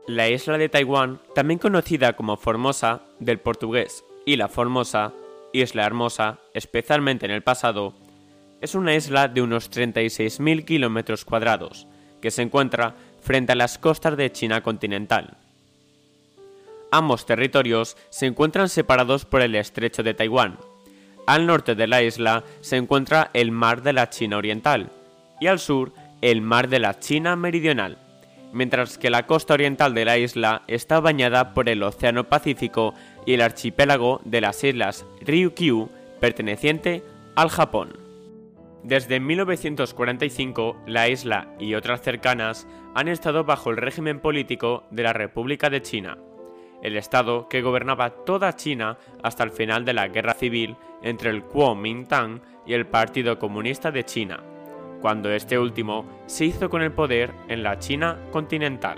La isla de Taiwán, también conocida como Formosa, del portugués Ilha Formosa, Isla Hermosa, especialmente en el pasado, es una isla de unos 36.000 kilómetros cuadrados, que se encuentra frente a las costas de China continental. Ambos territorios se encuentran separados por el estrecho de Taiwán. Al norte de la isla se encuentra el mar de la China Oriental y al sur el mar de la China Meridional, mientras que la costa oriental de la isla está bañada por el Océano Pacífico y el archipiélago de las islas Ryukyu, perteneciente al Japón. Desde 1945, la isla y otras cercanas han estado bajo el régimen político de la República de China, el estado que gobernaba toda China hasta el final de la Guerra Civil entre el Kuomintang y el Partido Comunista de China, cuando este último se hizo con el poder en la China continental.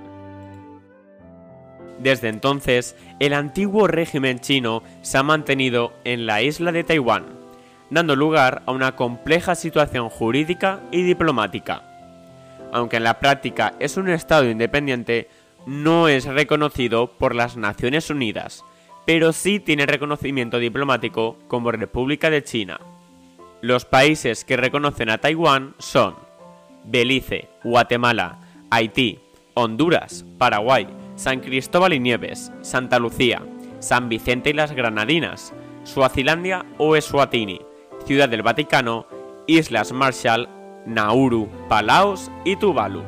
Desde entonces, el antiguo régimen chino se ha mantenido en la isla de Taiwán, dando lugar a una compleja situación jurídica y diplomática. Aunque en la práctica es un estado independiente, no es reconocido por las Naciones Unidas, pero sí tiene reconocimiento diplomático como República de China. Los países que reconocen a Taiwán son Belice, Guatemala, Haití, Honduras, Paraguay, San Cristóbal y Nieves, Santa Lucía, San Vicente y las Granadinas, Suazilandia o Eswatini, Ciudad del Vaticano, Islas Marshall, Nauru, Palaos y Tuvalu.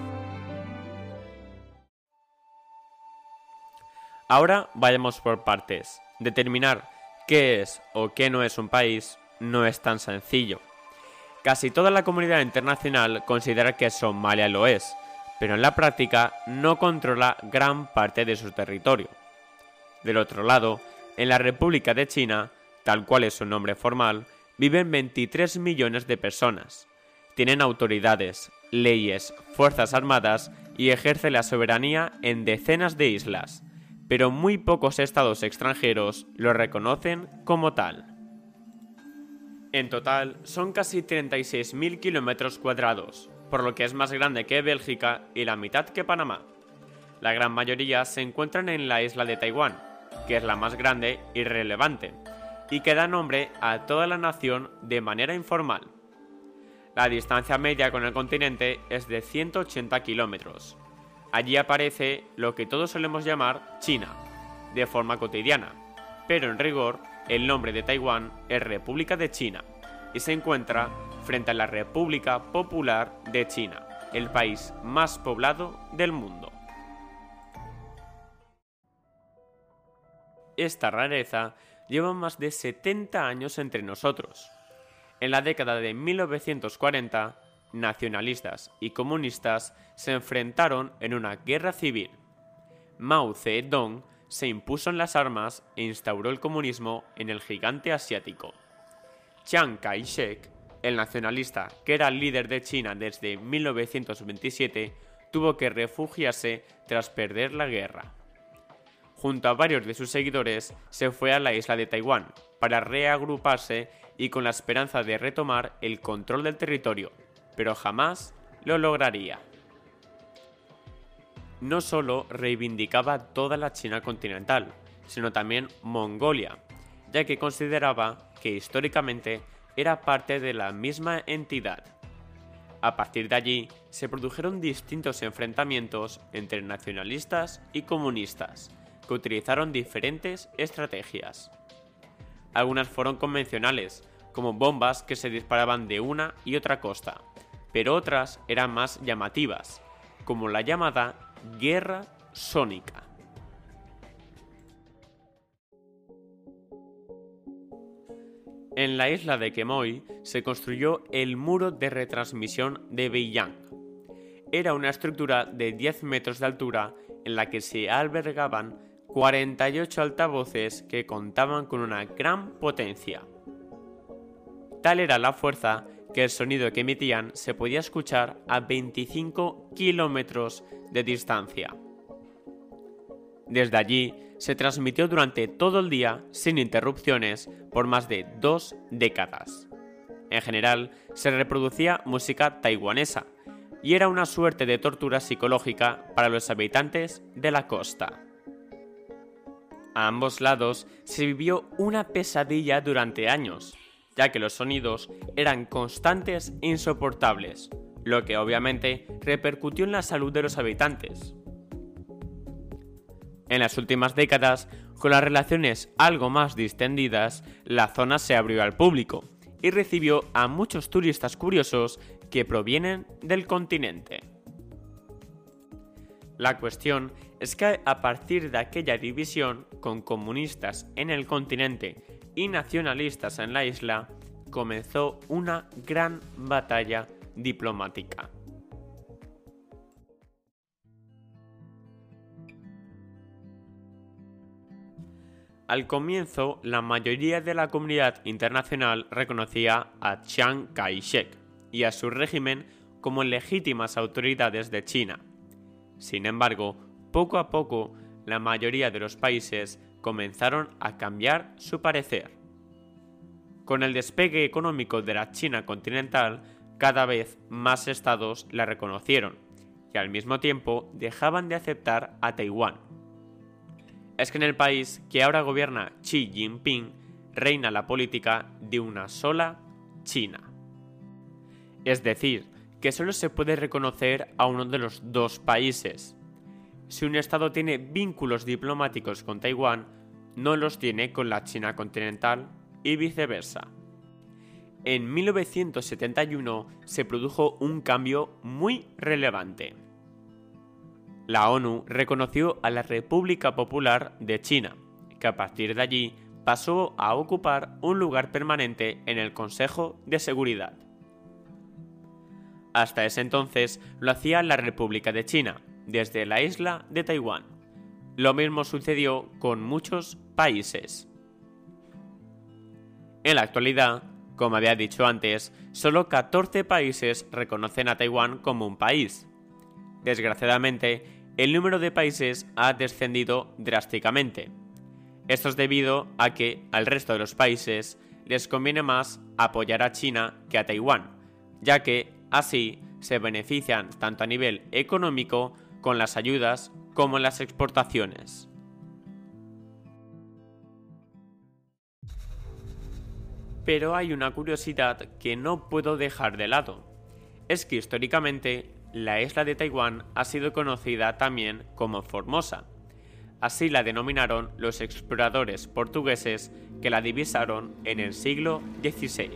Ahora vayamos por partes. Determinar qué es o qué no es un país no es tan sencillo. Casi toda la comunidad internacional considera que Somalia lo es, pero en la práctica no controla gran parte de su territorio. Del otro lado, en la República de China, tal cual es su nombre formal, viven 23 millones de personas. Tienen autoridades, leyes, fuerzas armadas y ejerce la soberanía en decenas de islas, pero muy pocos estados extranjeros lo reconocen como tal. En total, son casi 36.000 kilómetros cuadrados, por lo que es más grande que Bélgica y la mitad que Panamá. La gran mayoría se encuentran en la isla de Taiwán, que es la más grande y relevante, y que da nombre a toda la nación de manera informal. La distancia media con el continente es de 180 kilómetros. Allí aparece lo que todos solemos llamar China, de forma cotidiana, pero en rigor el nombre de Taiwán es República de China y se encuentra frente a la República Popular de China, el país más poblado del mundo. Esta rareza lleva más de 70 años entre nosotros. En la década de 1940, nacionalistas y comunistas se enfrentaron en una guerra civil. Mao Zedong se impuso en las armas e instauró el comunismo en el gigante asiático. Chiang Kai-shek, el nacionalista que era líder de China desde 1927, tuvo que refugiarse tras perder la guerra. Junto a varios de sus seguidores, se fue a la isla de Taiwán para reagruparse y con la esperanza de retomar el control del territorio, pero jamás lo lograría. No solo reivindicaba toda la China continental, sino también Mongolia, ya que consideraba que históricamente era parte de la misma entidad. A partir de allí, se produjeron distintos enfrentamientos entre nacionalistas y comunistas, que utilizaron diferentes estrategias. Algunas fueron convencionales, como bombas que se disparaban de una y otra costa, pero otras eran más llamativas, como la llamada Guerra Sónica. En la isla de Quemoy se construyó el muro de retransmisión de Beiyang. Era una estructura de 10 metros de altura en la que se albergaban 48 altavoces que contaban con una gran potencia. Tal era la fuerza que el sonido que emitían se podía escuchar a 25 kilómetros de distancia. Desde allí se transmitió durante todo el día sin interrupciones por más de 2 décadas. En general se reproducía música taiwanesa, y era una suerte de tortura psicológica para los habitantes de la costa. A ambos lados se vivió una pesadilla durante años, ya que los sonidos eran constantes e insoportables, lo que obviamente repercutió en la salud de los habitantes. En las últimas décadas, con las relaciones algo más distendidas, la zona se abrió al público y recibió a muchos turistas curiosos que provienen del continente. La cuestión es que a partir de aquella división, con comunistas en el continente y nacionalistas en la isla, comenzó una gran batalla diplomática. Al comienzo, la mayoría de la comunidad internacional reconocía a Chiang Kai-shek y a su régimen como legítimas autoridades de China. Sin embargo, poco a poco, la mayoría de los países comenzaron a cambiar su parecer. Con el despegue económico de la China continental, cada vez más estados la reconocieron y al mismo tiempo dejaban de aceptar a Taiwán. Es que en el país que ahora gobierna Xi Jinping reina la política de una sola China. Es decir, que solo se puede reconocer a uno de los dos países. Si un estado tiene vínculos diplomáticos con Taiwán, no los tiene con la China continental y viceversa. En 1971 se produjo un cambio muy relevante. La ONU reconoció a la República Popular de China, que a partir de allí pasó a ocupar un lugar permanente en el Consejo de Seguridad. Hasta ese entonces lo hacía la República de China, desde la isla de Taiwán. Lo mismo sucedió con muchos países. En la actualidad, como había dicho antes, solo 14 países reconocen a Taiwán como un país. Desgraciadamente, el número de países ha descendido drásticamente. Esto es debido a que al resto de los países les conviene más apoyar a China que a Taiwán, ya que así se benefician tanto a nivel económico con las ayudas como en las exportaciones. Pero hay una curiosidad que no puedo dejar de lado. Es que históricamente la isla de Taiwán ha sido conocida también como Formosa. Así la denominaron los exploradores portugueses que la divisaron en el siglo XVI.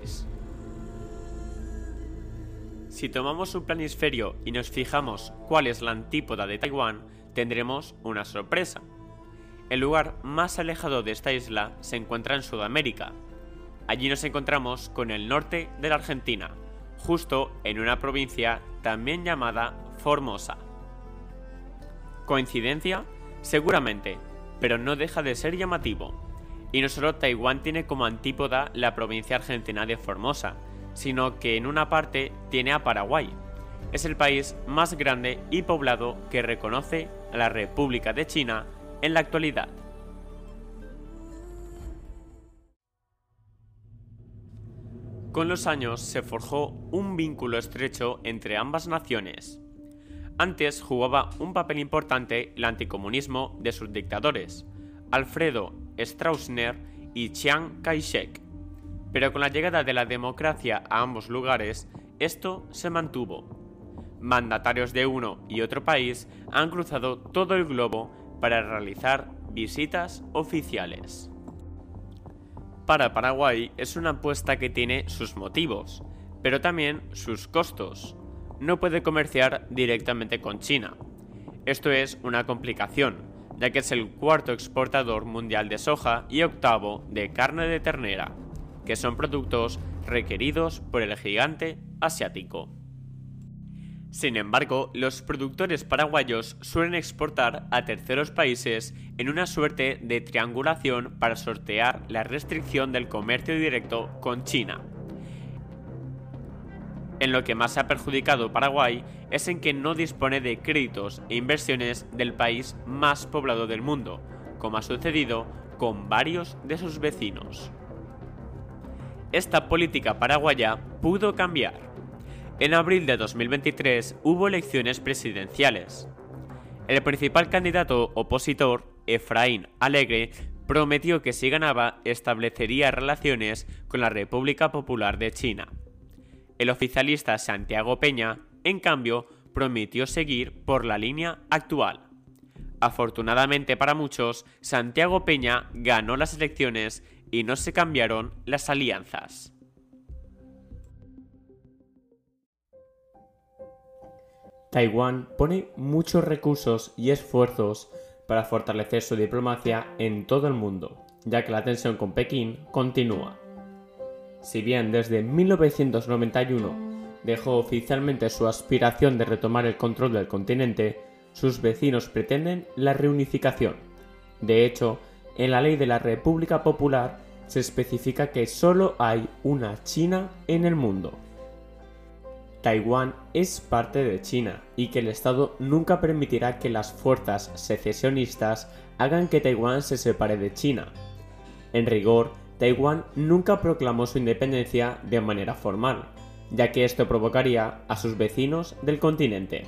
Si tomamos un planisferio y nos fijamos cuál es la antípoda de Taiwán, tendremos una sorpresa. El lugar más alejado de esta isla se encuentra en Sudamérica. Allí nos encontramos con el norte de la Argentina, justo en una provincia también llamada Formosa. ¿Coincidencia? Seguramente, pero no deja de ser llamativo. Y no solo Taiwán tiene como antípoda la provincia argentina de Formosa, sino que en una parte tiene a Paraguay. Es el país más grande y poblado que reconoce a la República de China en la actualidad. Con los años se forjó un vínculo estrecho entre ambas naciones. Antes jugaba un papel importante el anticomunismo de sus dictadores, Alfredo Stroessner y Chiang Kai-shek. Pero con la llegada de la democracia a ambos lugares, esto se mantuvo. Mandatarios de uno y otro país han cruzado todo el globo para realizar visitas oficiales. Para Paraguay es una apuesta que tiene sus motivos, pero también sus costos. No puede comerciar directamente con China. Esto es una complicación, ya que es el cuarto exportador mundial de soja y octavo de carne de ternera, que son productos requeridos por el gigante asiático. Sin embargo, los productores paraguayos suelen exportar a terceros países en una suerte de triangulación para sortear la restricción del comercio directo con China. En lo que más ha perjudicado Paraguay es en que no dispone de créditos e inversiones del país más poblado del mundo, como ha sucedido con varios de sus vecinos. Esta política paraguaya pudo cambiar. En abril de 2023 hubo elecciones presidenciales. El principal candidato opositor, Efraín Alegre, prometió que si ganaba establecería relaciones con la República Popular de China. El oficialista Santiago Peña, en cambio, prometió seguir por la línea actual. Afortunadamente para muchos, Santiago Peña ganó las elecciones y no se cambiaron las alianzas. Taiwán pone muchos recursos y esfuerzos para fortalecer su diplomacia en todo el mundo, ya que la tensión con Pekín continúa. Si bien desde 1991 dejó oficialmente su aspiración de retomar el control del continente, sus vecinos pretenden la reunificación. De hecho, en la ley de la República Popular se especifica que solo hay una China en el mundo. Taiwán es parte de China y que el Estado nunca permitirá que las fuerzas secesionistas hagan que Taiwán se separe de China. En rigor, Taiwán nunca proclamó su independencia de manera formal, ya que esto provocaría a sus vecinos del continente.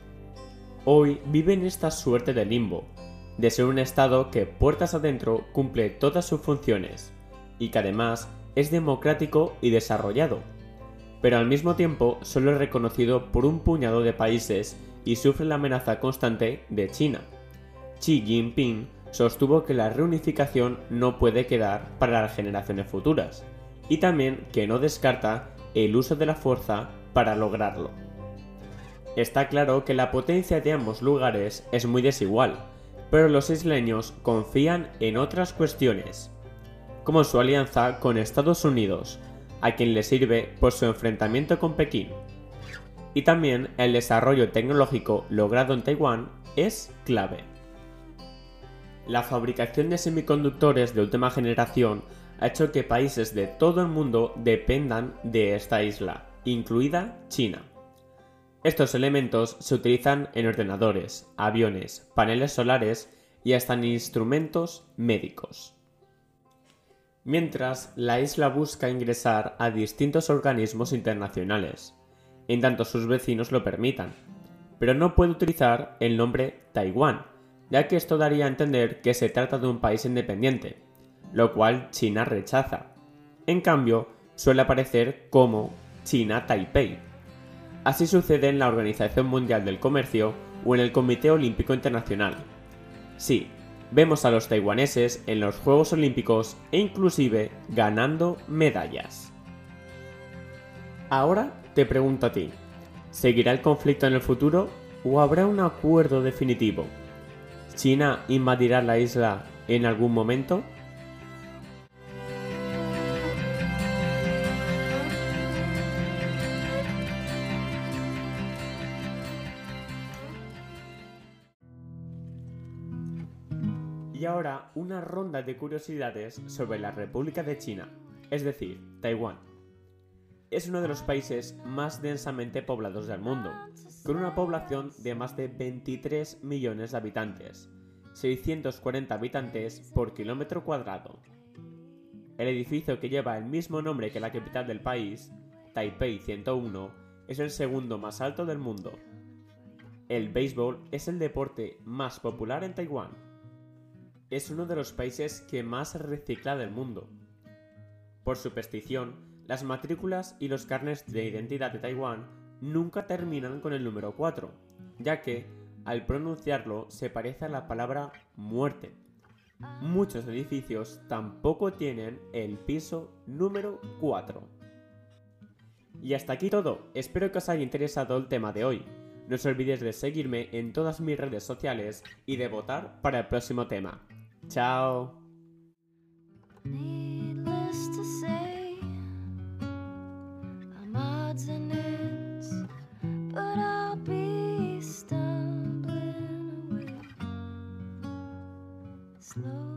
Hoy viven esta suerte de limbo, de ser un Estado que puertas adentro cumple todas sus funciones, y que además es democrático y desarrollado, pero al mismo tiempo solo es reconocido por un puñado de países y sufre la amenaza constante de China. Xi Jinping sostuvo que la reunificación no puede quedar para las generaciones futuras, y también que no descarta el uso de la fuerza para lograrlo. Está claro que la potencia de ambos lugares es muy desigual, pero los isleños confían en otras cuestiones, como su alianza con Estados Unidos, a quien le sirve por su enfrentamiento con Pekín. Y también el desarrollo tecnológico logrado en Taiwán es clave. La fabricación de semiconductores de última generación ha hecho que países de todo el mundo dependan de esta isla, incluida China. Estos elementos se utilizan en ordenadores, aviones, paneles solares y hasta en instrumentos médicos. Mientras, la isla busca ingresar a distintos organismos internacionales, en tanto sus vecinos lo permitan, pero no puede utilizar el nombre Taiwán, ya que esto daría a entender que se trata de un país independiente, lo cual China rechaza. En cambio, suele aparecer como China Taipei. Así sucede en la Organización Mundial del Comercio o en el Comité Olímpico Internacional. Sí, vemos a los taiwaneses en los Juegos Olímpicos e inclusive ganando medallas. Ahora te pregunto a ti, ¿seguirá el conflicto en el futuro o habrá un acuerdo definitivo? ¿China invadirá la isla en algún momento? Y ahora una ronda de curiosidades sobre la República de China, es decir, Taiwán. Es uno de los países más densamente poblados del mundo, con una población de más de 23 millones de habitantes, 640 habitantes por kilómetro cuadrado. El edificio que lleva el mismo nombre que la capital del país, Taipei 101, es el segundo más alto del mundo. El béisbol es el deporte más popular en Taiwán. Es uno de los países que más recicla del mundo. Por superstición, las matrículas y los carnets de identidad de Taiwán nunca terminan con el número 4, ya que, al pronunciarlo, se parece a la palabra muerte. Muchos edificios tampoco tienen el piso número 4. Y hasta aquí todo, espero que os haya interesado el tema de hoy. No os olvidéis de seguirme en todas mis redes sociales y de votar para el próximo tema. ¡Chao! Needless to say, I'm odds and ends, but I'll be stumbling away. Slow.